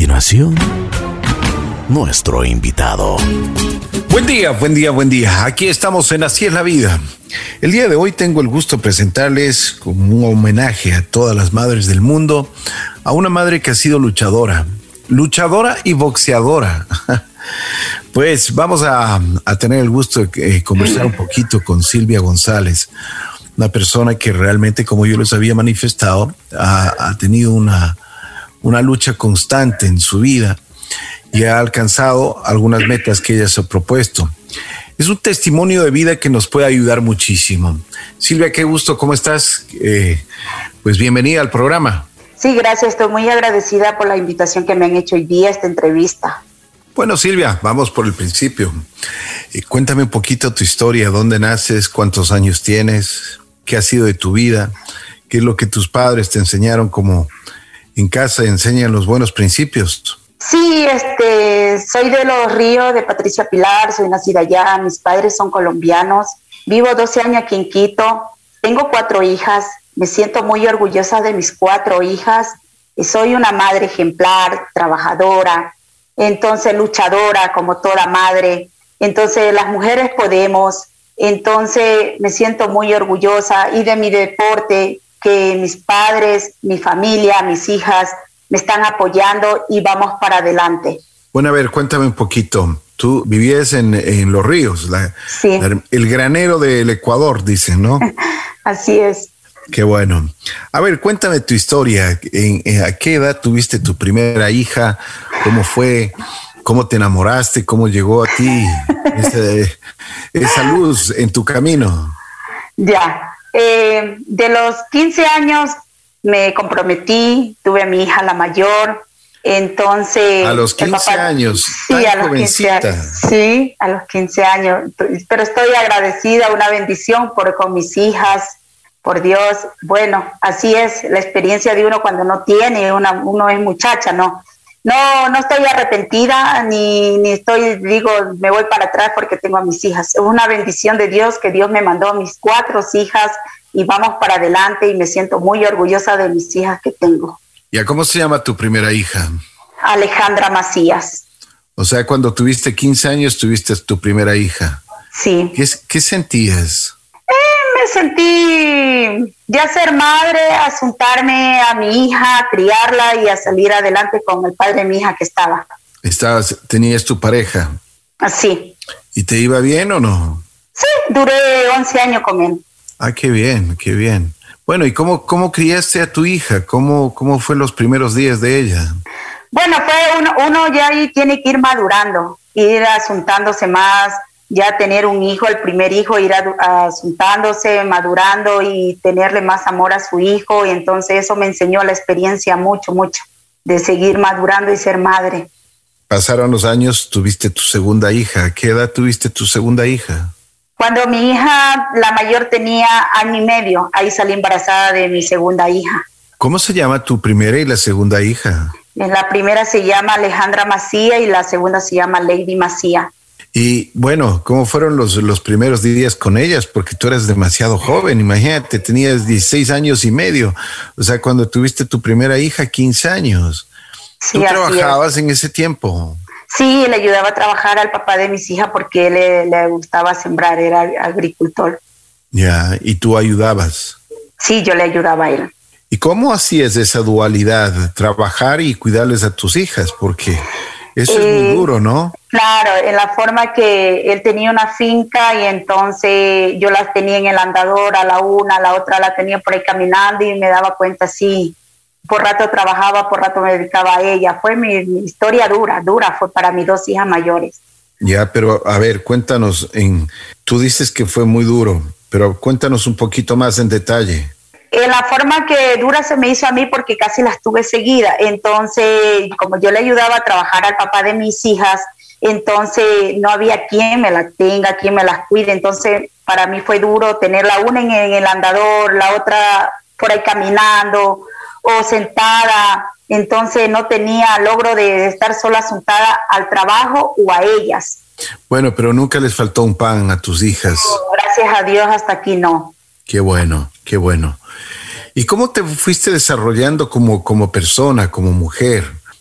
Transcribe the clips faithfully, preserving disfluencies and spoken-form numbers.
continuación, nuestro invitado. Buen día, buen día, buen día. Aquí estamos en Así es la Vida. El día de hoy tengo el gusto de presentarles como un homenaje a todas las madres del mundo, a una madre que ha sido luchadora, luchadora y boxeadora. Pues vamos a, a tener el gusto de eh, conversar un poquito con Silvia González, una persona que realmente, como yo les había manifestado, ha, ha tenido una, una lucha constante en su vida y ha alcanzado algunas metas que ella se ha propuesto. Es un testimonio de vida que nos puede ayudar muchísimo. Silvia, qué gusto, ¿cómo estás? Eh, pues bienvenida al programa. Sí, gracias, estoy muy agradecida por la invitación que me han hecho hoy día a esta entrevista. Bueno, Silvia, vamos por el principio. Eh, cuéntame un poquito tu historia, dónde naces, cuántos años tienes, qué ha sido de tu vida, qué es lo que tus padres te enseñaron, como en casa enseñan los buenos principios. Sí, este, soy de Los Ríos, de Patricia Pilar, soy nacida allá, mis padres son colombianos, vivo doce años aquí en Quito, tengo cuatro hijas, me siento muy orgullosa de mis cuatro hijas, y soy una madre ejemplar, trabajadora, entonces luchadora como toda madre, entonces las mujeres podemos, entonces me siento muy orgullosa y de mi deporte, que mis padres, mi familia, mis hijas me están apoyando y vamos para adelante. Bueno, a ver, cuéntame un poquito. Tú vivías en, en Los Ríos, la, sí. la, el granero del Ecuador, dicen, ¿no? Así es. Qué bueno. A ver, cuéntame tu historia. ¿En, en, ¿A qué edad tuviste tu primera hija? ¿Cómo fue? ¿Cómo te enamoraste? ¿Cómo llegó a ti ese, esa luz en tu camino? Ya. Eh, de los quince años me comprometí, tuve a mi hija la mayor, entonces... A los quince papá, años, sí, tan a los jovencita. quince años, sí, a los quince años, pero estoy agradecida, una bendición por con mis hijas, por Dios. Bueno, así es la experiencia de uno cuando no tiene, una, uno es muchacha, ¿no? No, no estoy arrepentida, ni, ni estoy, digo, me voy para atrás porque tengo a mis hijas. Es una bendición de Dios que Dios me mandó a mis cuatro hijas y vamos para adelante y me siento muy orgullosa de mis hijas que tengo. ¿Y a cómo se llama tu primera hija? Alejandra Macías. O sea, cuando tuviste quince años, tuviste tu primera hija. Sí. ¿Qué, qué sentías? Me sentí ya ser madre, asuntarme a mi hija, criarla y a salir adelante con el padre de mi hija que estaba. Estabas, tenías tu pareja. Así. ¿Y te iba bien o no? Sí, duré once años con él. Ah, qué bien, qué bien. Bueno, ¿y cómo, cómo criaste a tu hija? ¿Cómo, cómo fue los primeros días de ella? Bueno, fue uno, uno ya ahí tiene que ir madurando, ir asuntándose más, ya tener un hijo, el primer hijo, ir asuntándose, madurando y tenerle más amor a su hijo. Y entonces eso me enseñó la experiencia mucho, mucho, de seguir madurando y ser madre. Pasaron los años, tuviste tu segunda hija. ¿A qué edad tuviste tu segunda hija? Cuando mi hija, la mayor, tenía año y medio, ahí salí embarazada de mi segunda hija. ¿Cómo se llama tu primera y la segunda hija? La primera se llama Alejandra Macía y la segunda se llama Lady Macía. Y bueno, ¿cómo fueron los, los primeros días con ellas? Porque tú eras demasiado joven, imagínate, tenías dieciséis años y medio. O sea, cuando tuviste tu primera hija, quince años. Sí, ¿Tú trabajabas en ese tiempo? Sí, le ayudaba a trabajar al papá de mis hijas porque le, le gustaba sembrar, era agricultor. Ya, ¿y tú ayudabas? Sí, yo le ayudaba a él. ¿Y cómo hacías esa dualidad, trabajar y cuidarles a tus hijas? Porque eso eh, es muy duro, ¿no? Claro, en la forma que él tenía una finca y entonces yo las tenía en el andador, a la una, a la otra la tenía por ahí caminando y me daba cuenta, sí, por rato trabajaba, por rato me dedicaba a ella. Fue mi, mi historia dura, dura, fue para mis dos hijas mayores. Ya, pero a ver, cuéntanos, en, tú dices que fue muy duro, pero cuéntanos un poquito más en detalle. En la forma que dura se me hizo a mí porque casi las tuve seguida. Entonces, como yo le ayudaba a trabajar al papá de mis hijas, entonces no había quien me las tenga, quien me las cuide. Entonces, para mí fue duro tener la una en, en el andador, la otra por ahí caminando o sentada. Entonces, no tenía logro de estar sola sentada al trabajo o a ellas. Bueno, pero nunca les faltó un pan a tus hijas. No, gracias a Dios, hasta aquí no. Qué bueno, qué bueno. ¿Y cómo te fuiste desarrollando como, como persona, como mujer?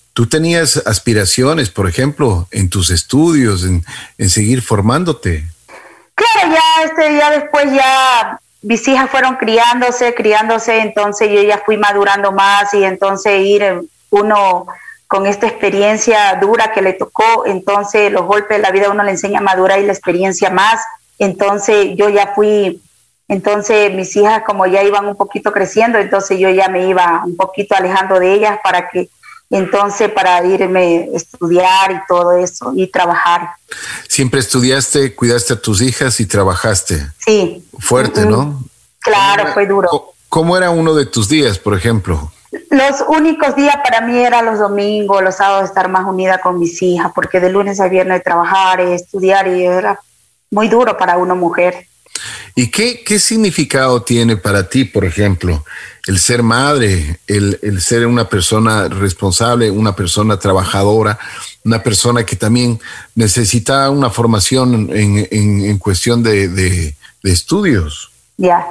¿Tú tenías aspiraciones, por ejemplo, en tus estudios, en, en seguir formándote? Claro, ya, este, ya después ya mis hijas fueron criándose, criándose, entonces yo ya fui madurando más y entonces ir uno con esta experiencia dura que le tocó, entonces los golpes de la vida uno le enseña a madurar y la experiencia más, entonces yo ya fui, entonces mis hijas como ya iban un poquito creciendo, entonces yo ya me iba un poquito alejando de ellas para que, entonces para irme a estudiar y todo eso y trabajar. Siempre estudiaste, cuidaste a tus hijas y trabajaste. Sí. Fuerte, ¿no? Claro, fue duro. ¿Cómo era uno de tus días, por ejemplo? Los únicos días para mí eran los domingos, los sábados, estar más unida con mis hijas, porque de lunes a viernes trabajar y estudiar y era muy duro para una mujer. ¿Y qué, qué significado tiene para ti, por ejemplo, el ser madre, el, el ser una persona responsable, una persona trabajadora, una persona que también necesita una formación en, en, en cuestión de, de, de estudios? Ya,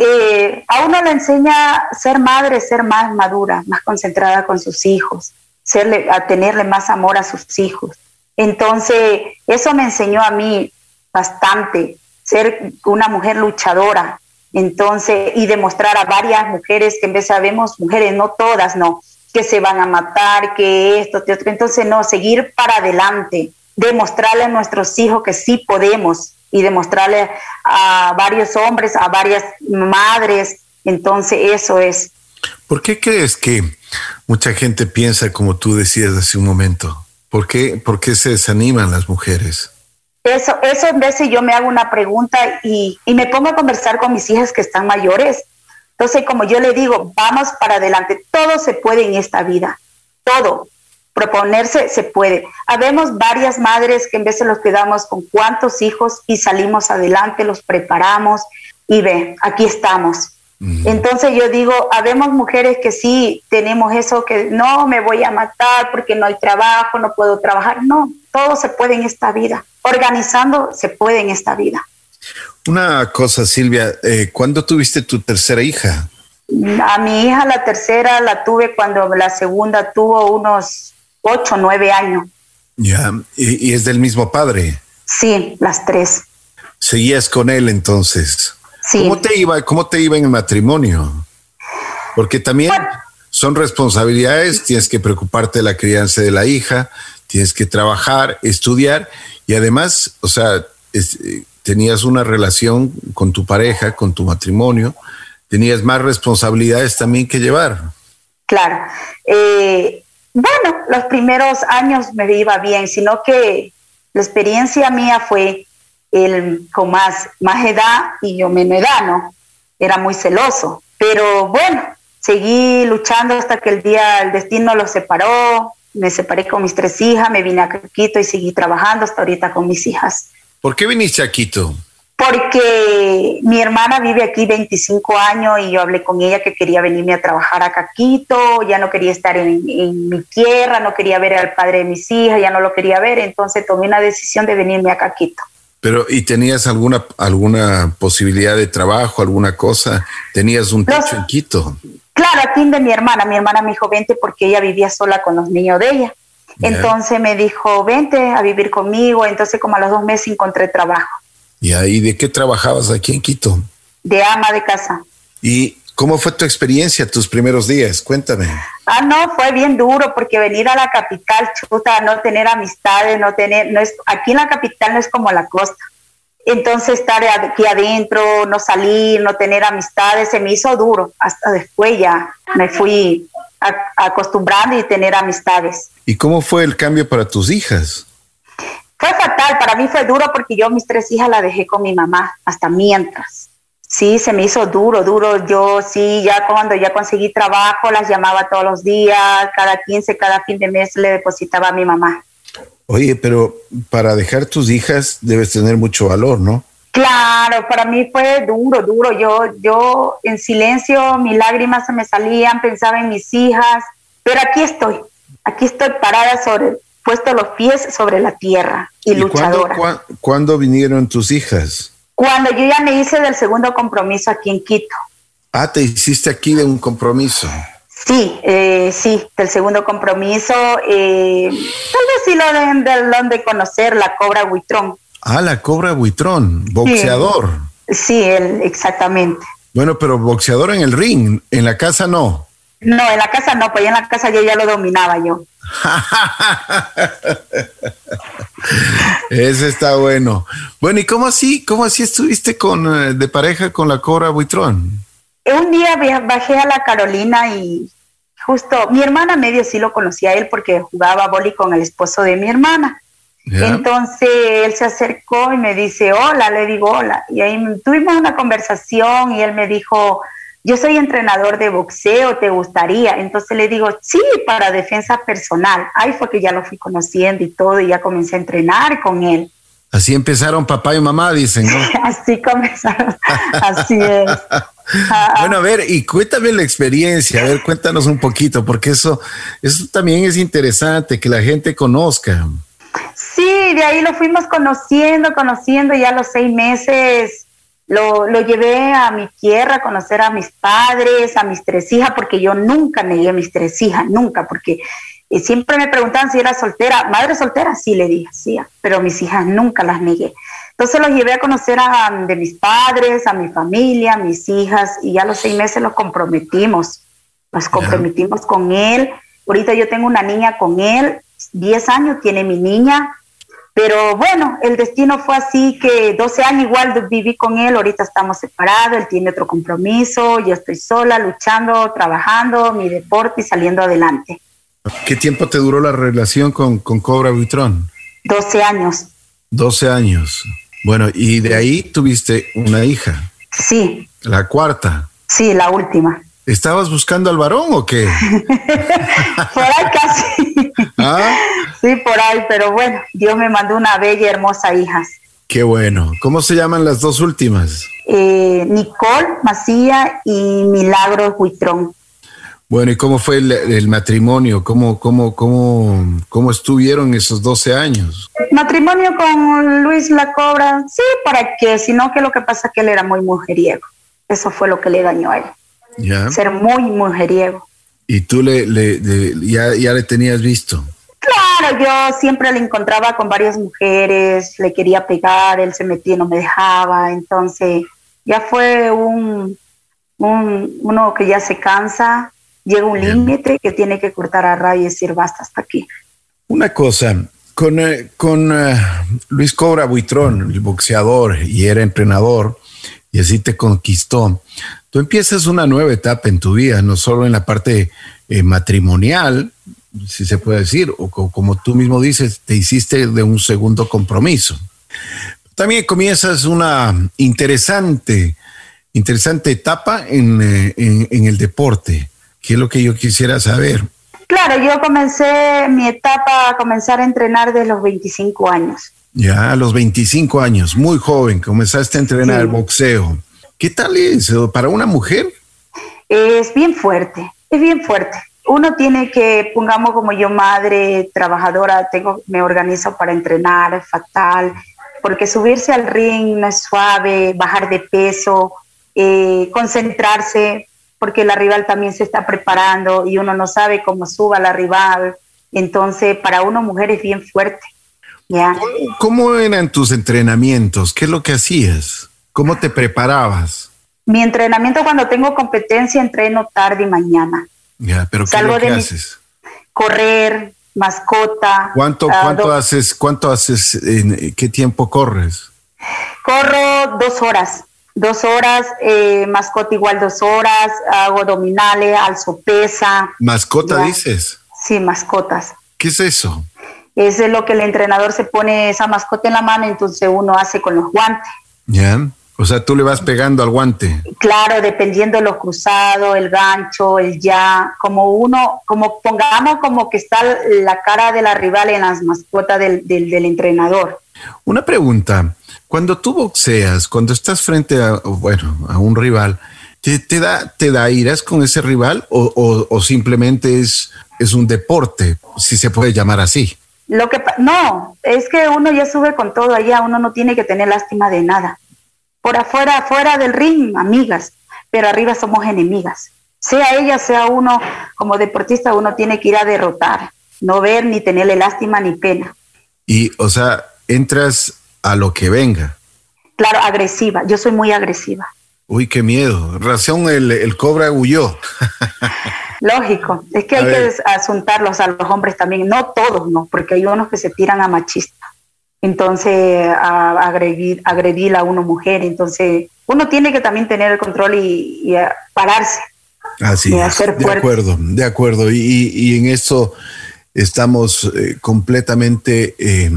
eh, a uno le enseña a ser madre, ser más madura, más concentrada con sus hijos, serle, a tenerle más amor a sus hijos. Entonces, eso me enseñó a mí bastante, ser una mujer luchadora, entonces, y demostrar a varias mujeres que en vez sabemos, mujeres, no todas, no, que se van a matar, que esto, que otro, entonces no, seguir para adelante, demostrarle a nuestros hijos que sí podemos y demostrarle a varios hombres, a varias madres, entonces eso es. ¿Por qué crees que mucha gente piensa como tú decías hace un momento? ¿Por qué, por qué se desaniman las mujeres? Eso, eso en veces yo me hago una pregunta y, y me pongo a conversar con mis hijas que están mayores. Entonces, como yo le digo, vamos para adelante. Todo se puede en esta vida. Todo. Proponerse se puede. Habemos varias madres que en veces los quedamos con cuantos hijos y salimos adelante, los preparamos y ve, aquí estamos. Uh-huh. Entonces yo digo, habemos mujeres que sí tenemos eso, que no me voy a matar porque no hay trabajo, no puedo trabajar. No, todo se puede en esta vida. Organizando se puede en esta vida. Una cosa, Silvia, eh, ¿cuándo tuviste tu tercera hija? A mi hija, la tercera, la tuve cuando la segunda tuvo unos ocho, nueve años. Ya, ¿Y, y es del mismo padre? Sí, las tres. ¿Seguías con él entonces? Sí. ¿Cómo te iba, cómo te iba en el matrimonio? Porque también bueno, son responsabilidades, tienes que preocuparte de la crianza de la hija, tienes que trabajar, estudiar y además, o sea, es, tenías una relación con tu pareja, con tu matrimonio, tenías más responsabilidades también que llevar. Claro. Eh, bueno, los primeros años me iba bien, sino que la experiencia mía fue el con más, más edad y yo menos edad, ¿no? Era muy celoso. Pero bueno, seguí luchando hasta que el día, el destino los separó. Me separé con mis tres hijas, me vine a Quito y seguí trabajando hasta ahorita con mis hijas. ¿Por qué viniste a Quito? Porque mi hermana vive aquí veinticinco años y yo hablé con ella que quería venirme a trabajar acá a Quito, ya no quería estar en, en mi tierra, no quería ver al padre de mis hijas, ya no lo quería ver, entonces tomé una decisión de venirme acá a Quito. Pero, ¿y tenías alguna, alguna posibilidad de trabajo, alguna cosa? ¿Tenías un techo los, en Quito? Claro, aquí de mi hermana, mi hermana me dijo vente porque ella vivía sola con los niños de ella. Yeah. Entonces me dijo vente a vivir conmigo, entonces como a los dos meses encontré trabajo. ¿Y ahí de qué trabajabas aquí en Quito? De ama de casa. ¿Y cómo fue tu experiencia, tus primeros días? Cuéntame. Ah, no, fue bien duro porque venir a la capital, chuta, no tener amistades, no tener, no es, aquí en la capital no es como la costa. Entonces estar aquí adentro, no salir, no tener amistades, se me hizo duro. Hasta después ya me fui a, acostumbrando y tener amistades. ¿Y cómo fue el cambio para tus hijas? Fue fatal, para mí fue duro porque yo mis tres hijas las dejé con mi mamá hasta mientras. Sí, se me hizo duro, duro. Yo sí, ya cuando ya conseguí trabajo, las llamaba todos los días, cada quince, cada fin de mes le depositaba a mi mamá. Oye, pero para dejar tus hijas debes tener mucho valor, ¿no? Claro, para mí fue duro, duro. Yo, yo en silencio, mis lágrimas se me salían, pensaba en mis hijas, pero aquí estoy, aquí estoy parada sobre, puesto los pies sobre la tierra y, ¿Y luchadora. ¿cuándo, cu- ¿Cuándo vinieron tus hijas? Cuando yo ya me hice del segundo compromiso aquí en Quito. Ah, te hiciste aquí de un compromiso. Sí, eh, sí, del segundo compromiso, eh, tal vez sí lo deben de, de, de conocer, la Cobra Buitrón. Ah, la Cobra Buitrón, boxeador. Sí, sí, él, exactamente. Bueno, pero boxeador en el ring, en la casa no. No, en la casa no, pues en la casa yo ya lo dominaba yo. Ese está bueno. Bueno, ¿y cómo así? ¿Cómo así estuviste con de pareja con la Cobra Buitrón? Un día bajé a la Carolina y justo mi hermana medio sí lo conocía a él porque jugaba vóley con el esposo de mi hermana. Yeah. Entonces él se acercó y me dice, hola, le digo hola. Y ahí tuvimos una conversación y él me dijo, yo soy entrenador de boxeo, ¿te gustaría? Entonces le digo, sí, para defensa personal. Ahí fue que ya lo fui conociendo y todo, y ya comencé a entrenar con él. Así empezaron papá y mamá, dicen, ¿no? Así comenzaron, así es. Bueno, a ver, y cuéntame la experiencia, a ver, cuéntanos un poquito, porque eso, eso también es interesante, que la gente conozca. Sí, de ahí lo fuimos conociendo, conociendo, ya a los seis meses lo, lo llevé a mi tierra a conocer a mis padres, a mis tres hijas, porque yo nunca negué a mis tres hijas, nunca, porque eh, siempre me preguntaban si era soltera. ¿Madre soltera? Sí, le dije, sí, pero mis hijas nunca las negué. Entonces los llevé a conocer a, de mis padres, a mi familia, a mis hijas, y ya a los seis meses los comprometimos, nos comprometimos yeah. con él. Ahorita yo tengo una niña con él, diez años tiene mi niña, pero bueno, el destino fue así que doce años igual viví con él, ahorita estamos separados, él tiene otro compromiso, yo estoy sola, luchando, trabajando, mi deporte y saliendo adelante. ¿Qué tiempo te duró la relación con, con Cobra Buitrón? doce años. doce años. Bueno, y de ahí tuviste una hija. Sí. La cuarta. Sí, la última. ¿Estabas buscando al varón o qué? Por ahí casi. ¿Ah? Sí, por ahí, pero bueno, Dios me mandó una bella y hermosa hija. Qué bueno. ¿Cómo se llaman las dos últimas? Eh, Nicole Macía y Milagros Buitrón. Bueno, ¿y cómo fue el, el matrimonio? ¿Cómo, cómo, cómo, ¿Cómo estuvieron esos doce años? Matrimonio con Luis La Cobra, sí, ¿para qué? Sino que lo que pasa es que él era muy mujeriego. Eso fue lo que le dañó a él. ¿Ya? Ser muy mujeriego. ¿Y tú le, le, le ya, ya le tenías visto? Claro, yo siempre le encontraba con varias mujeres, le quería pegar, él se metía y no me dejaba. Entonces ya fue un, un uno que ya se cansa. Llega un límite que tiene que cortar a rayo y decir basta hasta aquí. Una cosa, con, uh, con uh, Luis Cobra Buitrón, el boxeador, y era entrenador, y así te conquistó. Tú empiezas una nueva etapa en tu vida, no solo en la parte eh, matrimonial, si se puede decir, o co- como tú mismo dices, te hiciste de un segundo compromiso. También comienzas una interesante, interesante etapa en, eh, en, en el deporte. ¿Qué es lo que yo quisiera saber? Claro, yo comencé mi etapa a comenzar a entrenar desde los veinticinco años. Ya, a los veinticinco años, muy joven, comenzaste a entrenar sí. boxeo. ¿Qué tal es para una mujer? Es bien fuerte, es bien fuerte. Uno tiene que, pongamos como yo, madre, trabajadora, tengo, me organizo para entrenar, es fatal, porque subirse al ring no es suave, bajar de peso, eh, concentrarse, porque la rival también se está preparando y uno no sabe cómo suba la rival. Entonces, para una mujer es bien fuerte. ¿Ya? ¿Cómo, ¿Cómo eran tus entrenamientos? ¿Qué es lo que hacías? ¿Cómo te preparabas? Mi entrenamiento cuando tengo competencia entreno tarde y mañana. Ya, pero ¿qué, es lo que haces? Correr, mascota. ¿Cuánto, uh, cuánto do- haces? ¿Cuánto haces? ¿En qué tiempo corres? Corro dos horas. Dos horas, eh, mascota igual dos horas, hago abdominales, alzo pesa. ¿Mascota ya. dices? Sí, mascotas. ¿Qué es eso? Es lo que el entrenador se pone esa mascota en la mano, entonces uno hace con los guantes. Ya, o sea, tú le vas pegando al guante. Claro, dependiendo de lo cruzado, el gancho, el ya, como uno, como pongamos como que está la cara de la rival en las mascotas del, del, del entrenador. Una pregunta. Cuando tú boxeas, cuando estás frente a, bueno, a un rival, ¿te, te da te da iras con ese rival o, o, o simplemente es, es un deporte, si se puede llamar así? Lo que no, es que uno ya sube con todo allá, uno no tiene que tener lástima de nada. Por afuera, afuera del ring, amigas, pero arriba somos enemigas. sea ella, sea uno, como deportista, uno tiene que ir a derrotar, no ver ni tenerle lástima ni pena. Y, o sea, entras a lo que venga. Claro, agresiva, yo soy muy agresiva. Uy, qué miedo. Razón, el, el cobra huyó. Lógico, es que hay que asuntarlos a los hombres también, no todos, no, porque hay unos que se tiran a machista. Entonces, a, a agredir, agredir a una mujer, entonces uno tiene que también tener el control y, y pararse. Así es, de acuerdo, de acuerdo. Y, y en eso estamos eh, completamente eh,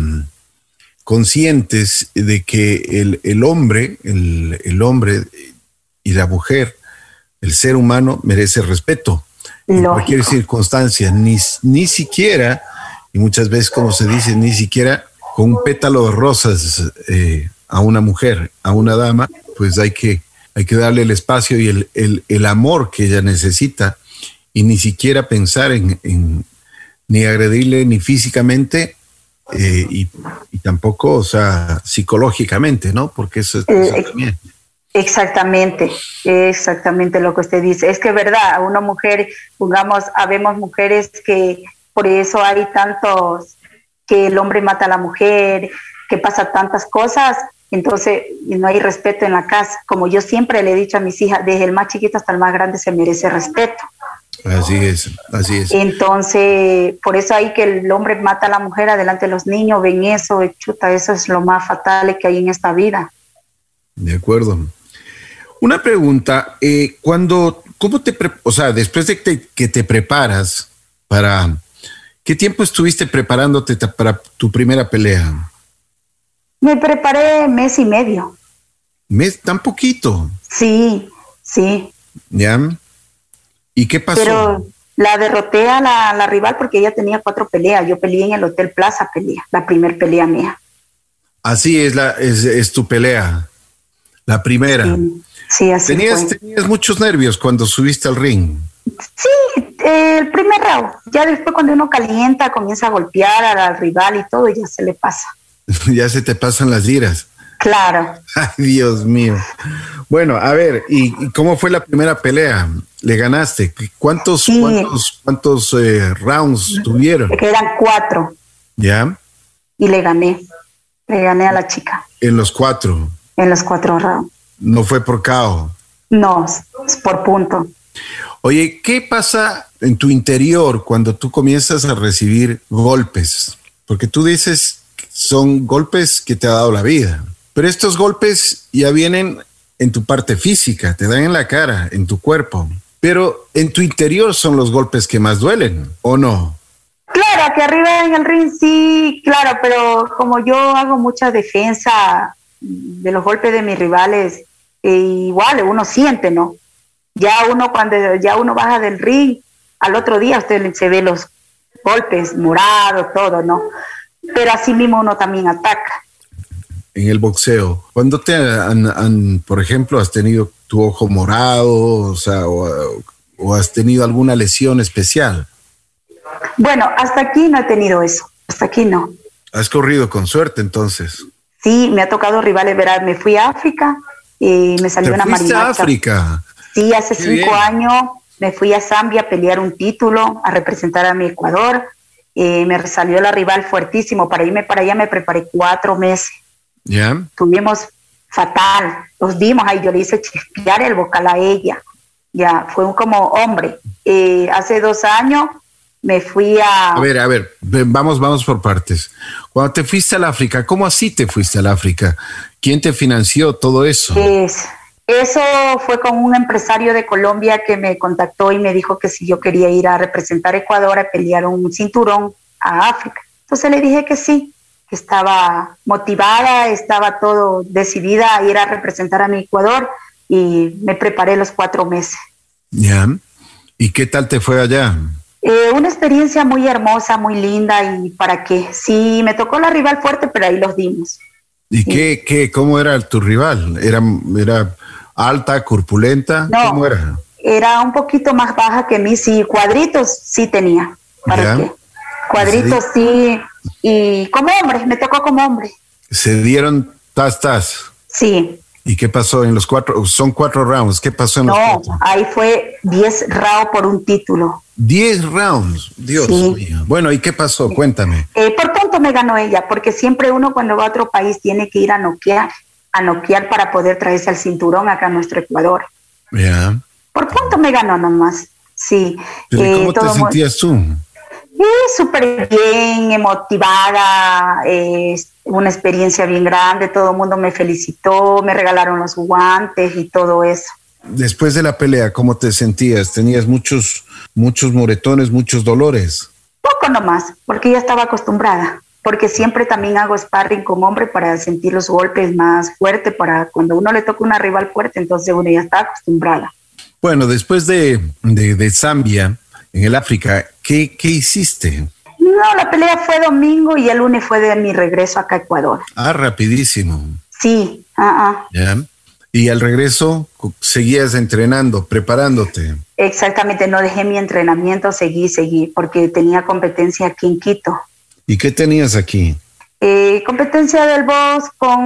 conscientes de que el, el hombre, el, el hombre y la mujer, el ser humano merece respeto. Lógico. En cualquier circunstancia, ni, ni siquiera, y muchas veces como se dice, ni siquiera con un pétalo de rosas eh, a una mujer, a una dama, pues hay que, hay que darle el espacio y el, el, el amor que ella necesita, y ni siquiera pensar en, en ni agredirle ni físicamente eh, y, y tampoco, o sea, psicológicamente, ¿no? Porque eso es eso también. Exactamente, exactamente lo que usted dice. Es que es verdad, a una mujer, pongamos, habemos mujeres que por eso hay tantos, que el hombre mata a la mujer, que pasa tantas cosas, entonces no hay respeto en la casa. Como yo siempre le he dicho a mis hijas, desde el más chiquito hasta el más grande se merece respeto. Así es, así es. Entonces, por eso hay que el hombre mata a la mujer adelante de los niños, ven eso, chuta, eso es lo más fatal que hay en esta vida. De acuerdo. Una pregunta, eh, cuando, ¿cómo te, pre- o sea, después de que te, que te preparas para, ¿qué tiempo estuviste preparándote ta- para tu primera pelea? Me preparé mes y medio. ¿Mes? ¿Tan poquito? Sí, sí. ¿Ya? ¿Y qué pasó? Pero la derroté a la, la rival porque ella tenía cuatro peleas. Yo peleé en el Hotel Plaza, pelea, la primer pelea mía. Así es, la, es, es tu pelea, la primera. Sí, sí, así ¿Tenías, fue. ¿Tenías muchos nervios cuando subiste al ring? Sí, eh, el primer round. Ya después cuando uno calienta, comienza a golpear al rival y todo, y ya se le pasa. Ya se te pasan las iras. Claro. Ay, Dios mío. Bueno, a ver, ¿y, y cómo fue la primera pelea? ¿Le ganaste? ¿Cuántos, sí. cuántos, cuántos eh, rounds tuvieron? Que eran cuatro. ¿Ya? Y le gané. Le gané a la chica. En los cuatro. En los cuatro rounds. No fue por K O. No, es por punto. Oye, ¿qué pasa en tu interior cuando tú comienzas a recibir golpes? Porque tú dices que son golpes que te ha dado la vida, pero estos golpes ya vienen en tu parte física, te dan en la cara, en tu cuerpo, pero en tu interior son los golpes que más duelen, ¿o no? Claro, que arriba en el ring sí, claro, pero como yo hago mucha defensa de los golpes de mis rivales, eh, igual uno siente, ¿no? Ya uno cuando ya uno baja del ring, al otro día usted se ve los golpes morados, todo, ¿no? Pero así mismo uno también ataca. En el boxeo, ¿cuándo te han, han, por ejemplo, has tenido tu ojo morado, o sea, o, o has tenido alguna lesión especial? Bueno, hasta aquí no he tenido eso, hasta aquí no. Has corrido con suerte, entonces. Sí, me ha tocado rivales, verás, me fui a África y me salió una marinacha. ¿Te fuiste a África? Sí, hace Qué cinco bien. años me fui a Zambia a pelear un título, a representar a mi Ecuador. Eh, me salió la rival fuertísimo. Para irme para allá me preparé cuatro meses. ¿Ya? Tuvimos fatal. Los dimos ahí, yo le hice chispear el vocal a ella. Ya, fue un como hombre. Eh, hace dos años me fui a... A ver, a ver, ven, vamos, vamos por partes. Cuando te fuiste al África, ¿cómo así te fuiste al África? ¿Quién te financió todo eso? Es, eso fue con un empresario de Colombia que me contactó y me dijo que si yo quería ir a representar a Ecuador, a pelear un cinturón a África. Entonces le dije que sí, que estaba motivada, estaba todo decidida a ir a representar a mi Ecuador y me preparé los cuatro meses. ¿Ya? ¿Y qué tal te fue allá? Eh, una experiencia muy hermosa, muy linda y para qué. Sí, me tocó la rival fuerte, pero ahí los dimos. ¿Y Sí. qué, qué, cómo era tu rival? ¿Era, era alta, corpulenta? No, ¿Cómo era? Era un poquito más baja que mí, sí, cuadritos sí tenía. ¿Para ¿Ya? qué? Cuadritos sí, y como hombre, me tocó como hombre. ¿Se dieron tas, tas? Sí, ¿Y qué pasó en los cuatro? Son cuatro rounds. ¿Qué pasó en no, los cuatro? Ahí fue diez rounds por un título. Diez rounds. Dios sí. mío. Bueno, ¿y qué pasó? Cuéntame. Eh, por tanto me ganó ella, porque siempre uno cuando va a otro país tiene que ir a noquear, a noquear para poder traerse al cinturón acá a nuestro Ecuador. Ya. Yeah. Por tanto me ganó nomás. Sí. ¿Pero eh, cómo te sentías tú? Sí, súper bien, motivada, eh, una experiencia bien grande, todo el mundo me felicitó, me regalaron los guantes y todo eso. Después de la pelea, ¿cómo te sentías? ¿Tenías muchos, muchos moretones, muchos dolores? Poco nomás, porque ya estaba acostumbrada, porque siempre también hago sparring con hombre para sentir los golpes más fuertes, para cuando uno le toca una rival fuerte, entonces uno ya está acostumbrada. Bueno, después de, de, de Zambia, en el África, ¿qué, qué hiciste? No, la pelea fue domingo y el lunes fue de mi regreso acá a Ecuador. Ah, rapidísimo. Sí, ah, uh-uh. Ya. Y al regreso seguías entrenando, preparándote. Exactamente, no dejé mi entrenamiento, seguí, seguí, porque tenía competencia aquí en Quito. ¿Y qué tenías aquí? Eh, competencia del box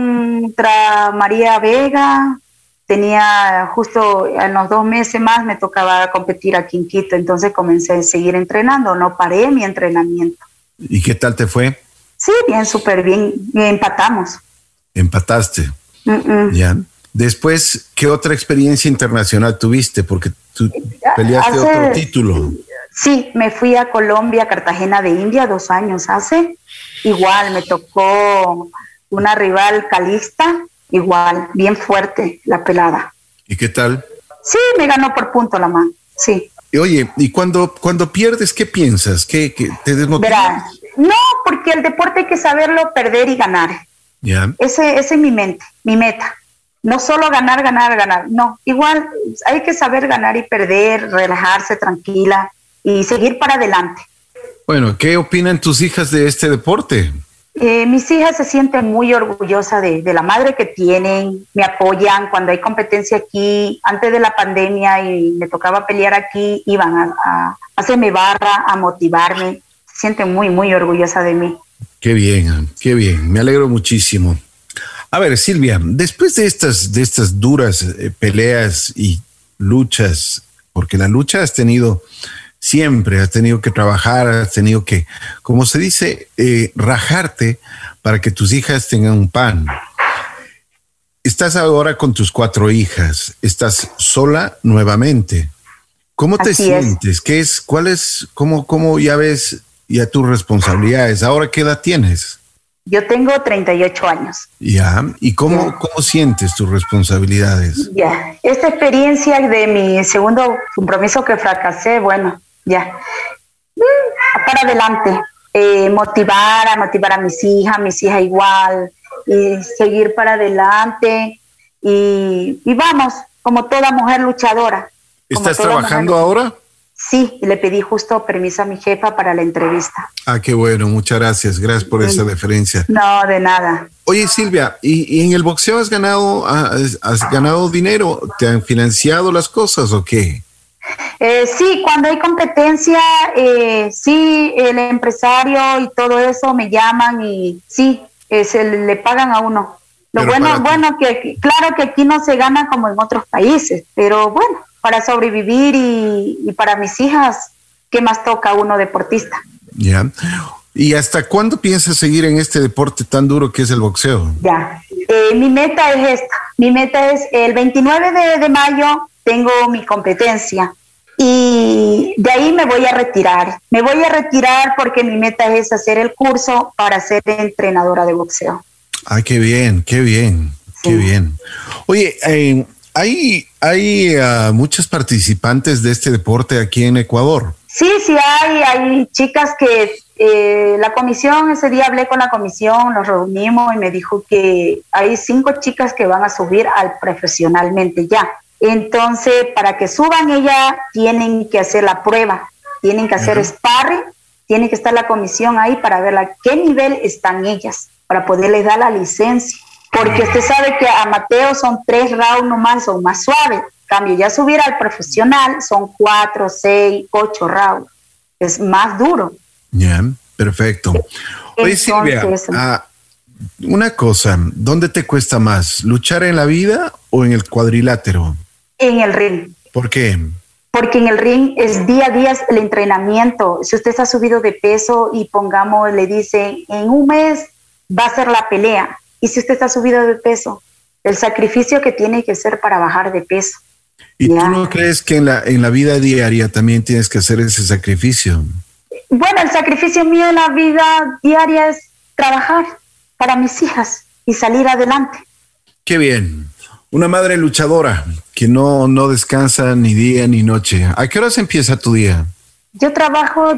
contra María Vega. Tenía justo en los dos meses más me tocaba competir aquí en Quito, entonces comencé a seguir entrenando, no paré mi entrenamiento. ¿Y qué tal te fue? Sí, bien, súper bien, empatamos. ¿Empataste? Mm-mm. Ya. Después, ¿qué otra experiencia internacional tuviste? Porque tú peleaste hace, otro título. Sí, me fui a Colombia, Cartagena de India, dos años hace. Igual, me tocó una rival calista. Igual, bien fuerte la pelada. ¿Y qué tal? Sí, me ganó por punto la mano, sí. Y oye, ¿y cuando, cuando pierdes, qué piensas? ¿Qué, qué te desmotivas? Verá, no, porque el deporte hay que saberlo perder y ganar. Ya. Ese, ese es mi mente, mi meta. No solo ganar, ganar, ganar. No, igual hay que saber ganar y perder, relajarse tranquila y seguir para adelante. Bueno, ¿qué opinan tus hijas de este deporte? Eh, mis hijas se sienten muy orgullosas de, de la madre que tienen, me apoyan cuando hay competencia aquí. Antes de la pandemia y me tocaba pelear aquí, iban a, a, a hacerme barra, a motivarme. Se sienten muy, muy orgullosas de mí. Qué bien, qué bien, me alegro muchísimo. A ver, Silvia, después de estas, de estas duras eh, peleas y luchas, porque la lucha has tenido siempre, has tenido que trabajar, has tenido que, como se dice, eh, rajarte para que tus hijas tengan un pan. Estás ahora con tus cuatro hijas, estás sola nuevamente. ¿Cómo te Así sientes? es. ¿Qué es, cuál es, cómo, cómo ya ves ya tus responsabilidades? ¿Ahora qué edad tienes? Yo tengo treinta y ocho años. Ya, ¿y cómo, Ya. cómo sientes tus responsabilidades? Ya, esta experiencia de mi segundo compromiso que fracasé, bueno, ya, Mm, para adelante, eh, motivar, a motivar a mis hijas, mis hijas igual, y seguir para adelante, y, y vamos, como toda mujer luchadora. como ¿Estás toda trabajando mujer- ahora? Sí, y le pedí justo permiso a mi jefa para la entrevista. Ah, qué bueno, muchas gracias, gracias por esa deferencia. No, de nada. Oye, Silvia, ¿y, y en el boxeo has ganado, has, has ganado dinero? ¿Te han financiado las cosas o qué? Eh, sí, cuando hay competencia, eh, sí, el empresario y todo eso me llaman y sí, eh, se le, le pagan a uno. Lo Pero bueno, para ti- bueno, que que- claro que aquí no se gana como en otros países, pero bueno, para sobrevivir y, y para mis hijas, ¿qué más toca a uno deportista? Ya. ¿Y hasta cuándo piensas seguir en este deporte tan duro que es el boxeo? Ya, Eh, mi meta es esta, mi meta es el veintinueve de, de mayo tengo mi competencia y de ahí me voy a retirar, me voy a retirar porque mi meta es hacer el curso para ser entrenadora de boxeo. Ah, qué bien, qué bien, Sí. qué bien. Oye, eh, hay, hay uh, muchas participantes de este deporte aquí en Ecuador. Sí, sí hay, hay chicas que eh, la comisión, ese día hablé con la comisión, nos reunimos y me dijo que hay cinco chicas que van a subir al profesionalmente ya. Entonces, para que suban ellas, tienen que hacer la prueba, tienen que hacer Ujú. sparring, tiene que estar la comisión ahí para ver a qué nivel están ellas, para poderles dar la licencia. Porque usted sabe que amateur son tres rounds nomás, son más suaves. En cambio, ya subir al profesional son cuatro, seis, ocho rounds. Es más duro. Ya, perfecto. Oye, Entonces, Silvia, ah, una cosa, ¿dónde te cuesta más? ¿Luchar en la vida o en el cuadrilátero? En el ring. ¿Por qué? Porque en el ring es día a día el entrenamiento. Si usted está subido de peso y pongamos, le dicen, en un mes va a ser la pelea. Y si usted está subido de peso, el sacrificio que tiene que hacer para bajar de peso. ¿Y ¿Ya? tú no crees que en la, en la vida diaria también tienes que hacer ese sacrificio? Bueno, el sacrificio mío en la vida diaria es trabajar para mis hijas y salir adelante. Qué bien. Una madre luchadora que no, no descansa ni día ni noche. ¿A qué horas empieza tu día? Yo trabajo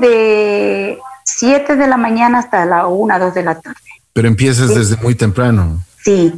de siete de la mañana hasta la una, dos de la tarde. Pero empiezas Sí. desde muy temprano. Sí,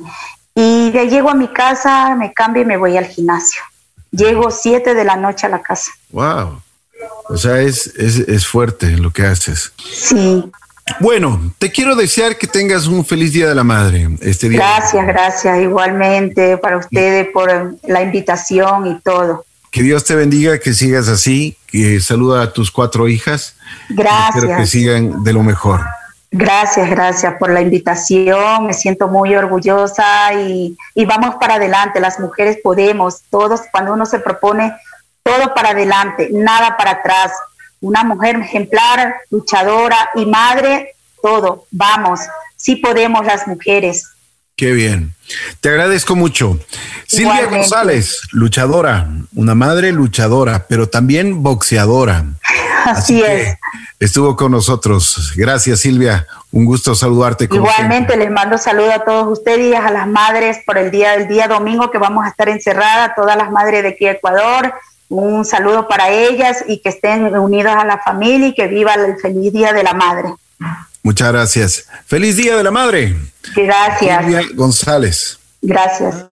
y de llego a mi casa, me cambio y me voy al gimnasio. Llego siete de la noche a la casa. Wow. O sea, es, es, es fuerte lo que haces. Sí, Bueno, te quiero desear que tengas un feliz Día de la Madre este día. gracias, gracias igualmente para ustedes por la invitación y todo. Que Dios te bendiga, que sigas así, que saluda a tus cuatro hijas. Espero que Gracias, sigan de lo mejor. gracias, gracias por la invitación. Me siento muy orgullosa y, y vamos para adelante. Las mujeres podemos, todos, cuando uno se propone, todo para adelante, nada para atrás. Una mujer ejemplar, luchadora y madre, todo, vamos, sí podemos las mujeres. Qué bien. Te agradezco mucho. Silvia Igualmente. González, luchadora, una madre luchadora, pero también boxeadora. Así que es. Estuvo con nosotros. Gracias, Silvia. Un gusto saludarte. Como Igualmente siempre. les mando saludos a todos ustedes y a las madres por el día del día domingo que vamos a estar encerradas, todas las madres de aquí de Ecuador. Un saludo para ellas y que estén unidas a la familia y que viva el feliz Día de la Madre. Muchas gracias. Feliz Día de la Madre. Gracias, Silvia González. gracias.